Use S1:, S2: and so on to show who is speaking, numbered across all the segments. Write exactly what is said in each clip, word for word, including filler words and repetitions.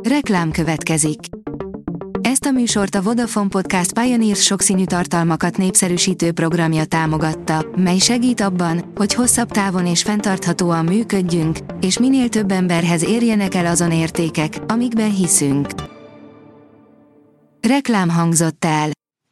S1: Reklám következik. Ezt a műsort a Vodafone Podcast Pioneers sokszínű tartalmakat népszerűsítő programja támogatta, mely segít abban, hogy hosszabb távon és fenntarthatóan működjünk, és minél több emberhez érjenek el azon értékek, amikben hiszünk. Reklám hangzott el.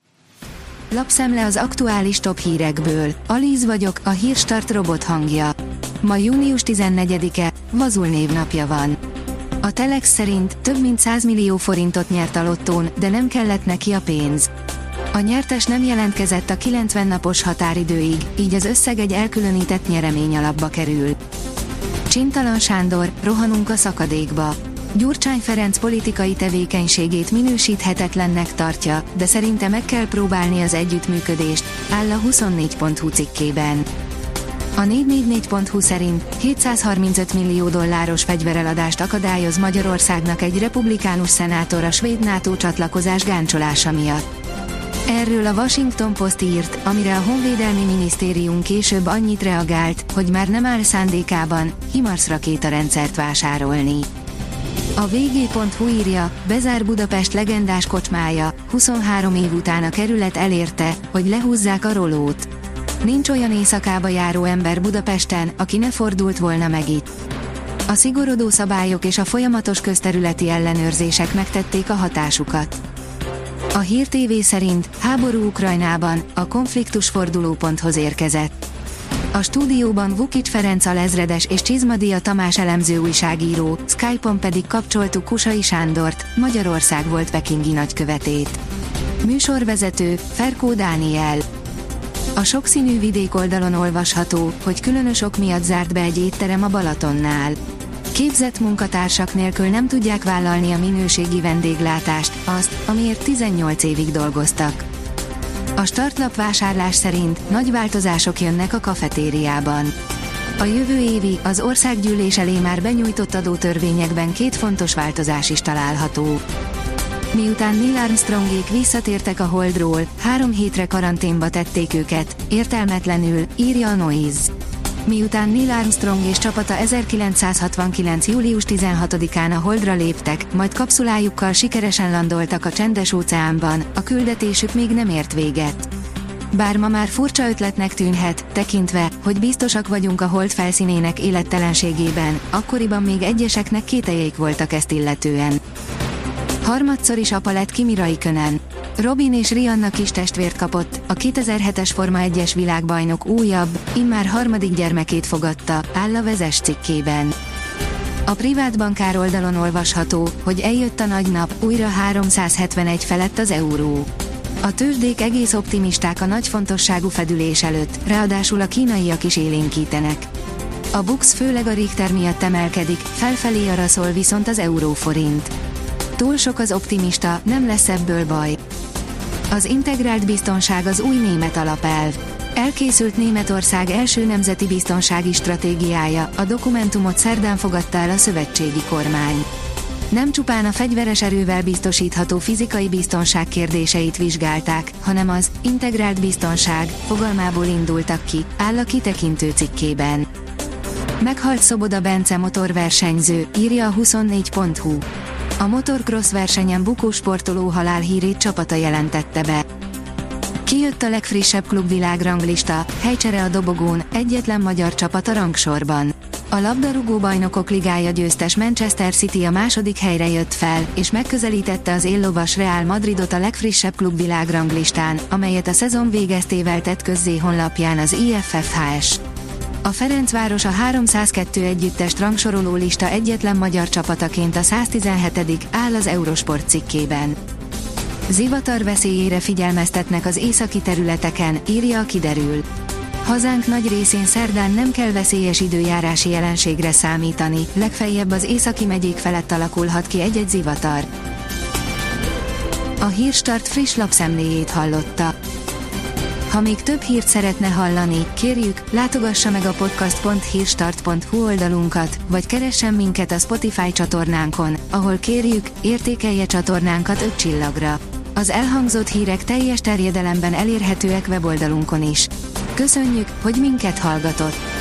S1: Lapszemle az aktuális top hírekből. Alíz vagyok, a Hírstart robot hangja. Ma június tizennegyedike, Vazul névnapja van. A Telex szerint több mint száz millió forintot nyert a lottón, de nem kellett neki a pénz. A nyertes nem jelentkezett a kilencven napos határidőig, így az összeg egy elkülönített nyereményalapba kerül. Csintalan Sándor, rohanunk a szakadékba. Gyurcsány Ferenc politikai tevékenységét minősíthetetlennek tartja, de szerinte meg kell próbálni az együttműködést, áll a huszonnégy pont hu cikkében. A négy négy négy pont hu szerint hétszázharmincöt millió dolláros fegyvereladást akadályoz Magyarországnak egy republikánus szenátor a svéd NATO csatlakozás gáncsolása miatt. Erről a Washington Post írt, amire a Honvédelmi Minisztérium később annyit reagált, hogy már nem áll szándékában HIMARS rakétarendszert vásárolni. A vé gé pont hu írja, bezár Budapest legendás kocsmája, huszonhárom év után a kerület elérte, hogy lehúzzák a rolót. Nincs olyan éjszakába járó ember Budapesten, aki ne fordult volna meg itt. A szigorodó szabályok és a folyamatos közterületi ellenőrzések megtették a hatásukat. A Hír té vé szerint háború Ukrajnában, a konfliktus fordulóponthoz érkezett. A stúdióban Vukic Ferenc alezredes és Csizmadia Tamás elemző újságíró, Skype-on pedig kapcsoltuk Kusai Sándort, Magyarország volt pekingi nagykövetét. Műsorvezető, Ferkó Dániel. A sokszínű vidék oldalon olvasható, hogy különös ok miatt zárt be egy étterem a Balatonnál. Képzett munkatársak nélkül nem tudják vállalni a minőségi vendéglátást, azt, amiért tizennyolc évig dolgoztak. A startlap vásárlás szerint nagy változások jönnek a kafetériában. A jövő évi, az országgyűlés elé már benyújtott adótörvényekben két fontos változás is található. Miután Neil Armstrongék visszatértek a Holdról, három hétre karanténba tették őket, értelmetlenül, írja a Noise. Miután Neil Armstrong és csapata ezerkilencszázhatvankilenc július tizenhatodikán a Holdra léptek, majd kapszulájukkal sikeresen landoltak a Csendes-óceánban, a küldetésük még nem ért véget. Bár ma már furcsa ötletnek tűnhet, tekintve, hogy biztosak vagyunk a Hold felszínének élettelenségében, akkoriban még egyeseknek kételyeik voltak ezt illetően. Harmadszor is apa lett Kimi Räikkönen. Robin és Rihanna kis testvért kapott, a kétezer-hetes Forma egyes világbajnok újabb, immár harmadik gyermekét fogadta, áll a Vezes cikkében. A privát bankár oldalon olvasható, hogy eljött a nagy nap, újra háromszázhetvenegy felett az euró. A tőzsdék egész optimisták a nagy fontosságú fedülés előtt, ráadásul a kínaiak is élénkítenek. A BUX főleg a Richter miatt emelkedik, felfelé araszol viszont az euróforint. Túl sok az optimista, nem lesz ebből baj. Az integrált biztonság az új német alapelv. Elkészült Németország első nemzeti biztonsági stratégiája, a dokumentumot szerdán fogadta el a szövetségi kormány. Nem csupán a fegyveres erővel biztosítható fizikai biztonság kérdéseit vizsgálták, hanem az integrált biztonság fogalmából indultak ki, áll a kitekintő cikkében. Meghalt Szoboda Bence motorversenyző, írja a huszonnégy pont hu. A motocross versenyen bukó sportoló halálhírét csapata jelentette be. Kijött a legfrissebb klubvilágranglista, helycsere a dobogón, egyetlen magyar csapat a rangsorban. A labdarúgó bajnokok ligája győztes Manchester City a második helyre jött fel, és megközelítette az éllovas Real Madridot a legfrissebb klubvilágranglistán, amelyet a szezon végeztével tett közzé honlapján az i ef ef há es. A Ferencváros a háromszázkettő együttest rangsoroló lista egyetlen magyar csapataként a száztizenhetedik áll az Eurosport cikkében. Zivatar veszélyére figyelmeztetnek az északi területeken, írja a Kiderül. Hazánk nagy részén szerdán nem kell veszélyes időjárási jelenségre számítani, legfeljebb az északi megyék felett alakulhat ki egy-egy zivatar. A Hírstart friss lapszemléjét hallotta. Ha még több hírt szeretne hallani, kérjük, látogassa meg a podcast pont hírstart pont hu oldalunkat, vagy keressen minket a Spotify csatornánkon, ahol kérjük, értékelje csatornánkat öt csillagra. Az elhangzott hírek teljes terjedelemben elérhetőek weboldalunkon is. Köszönjük, hogy minket hallgatott!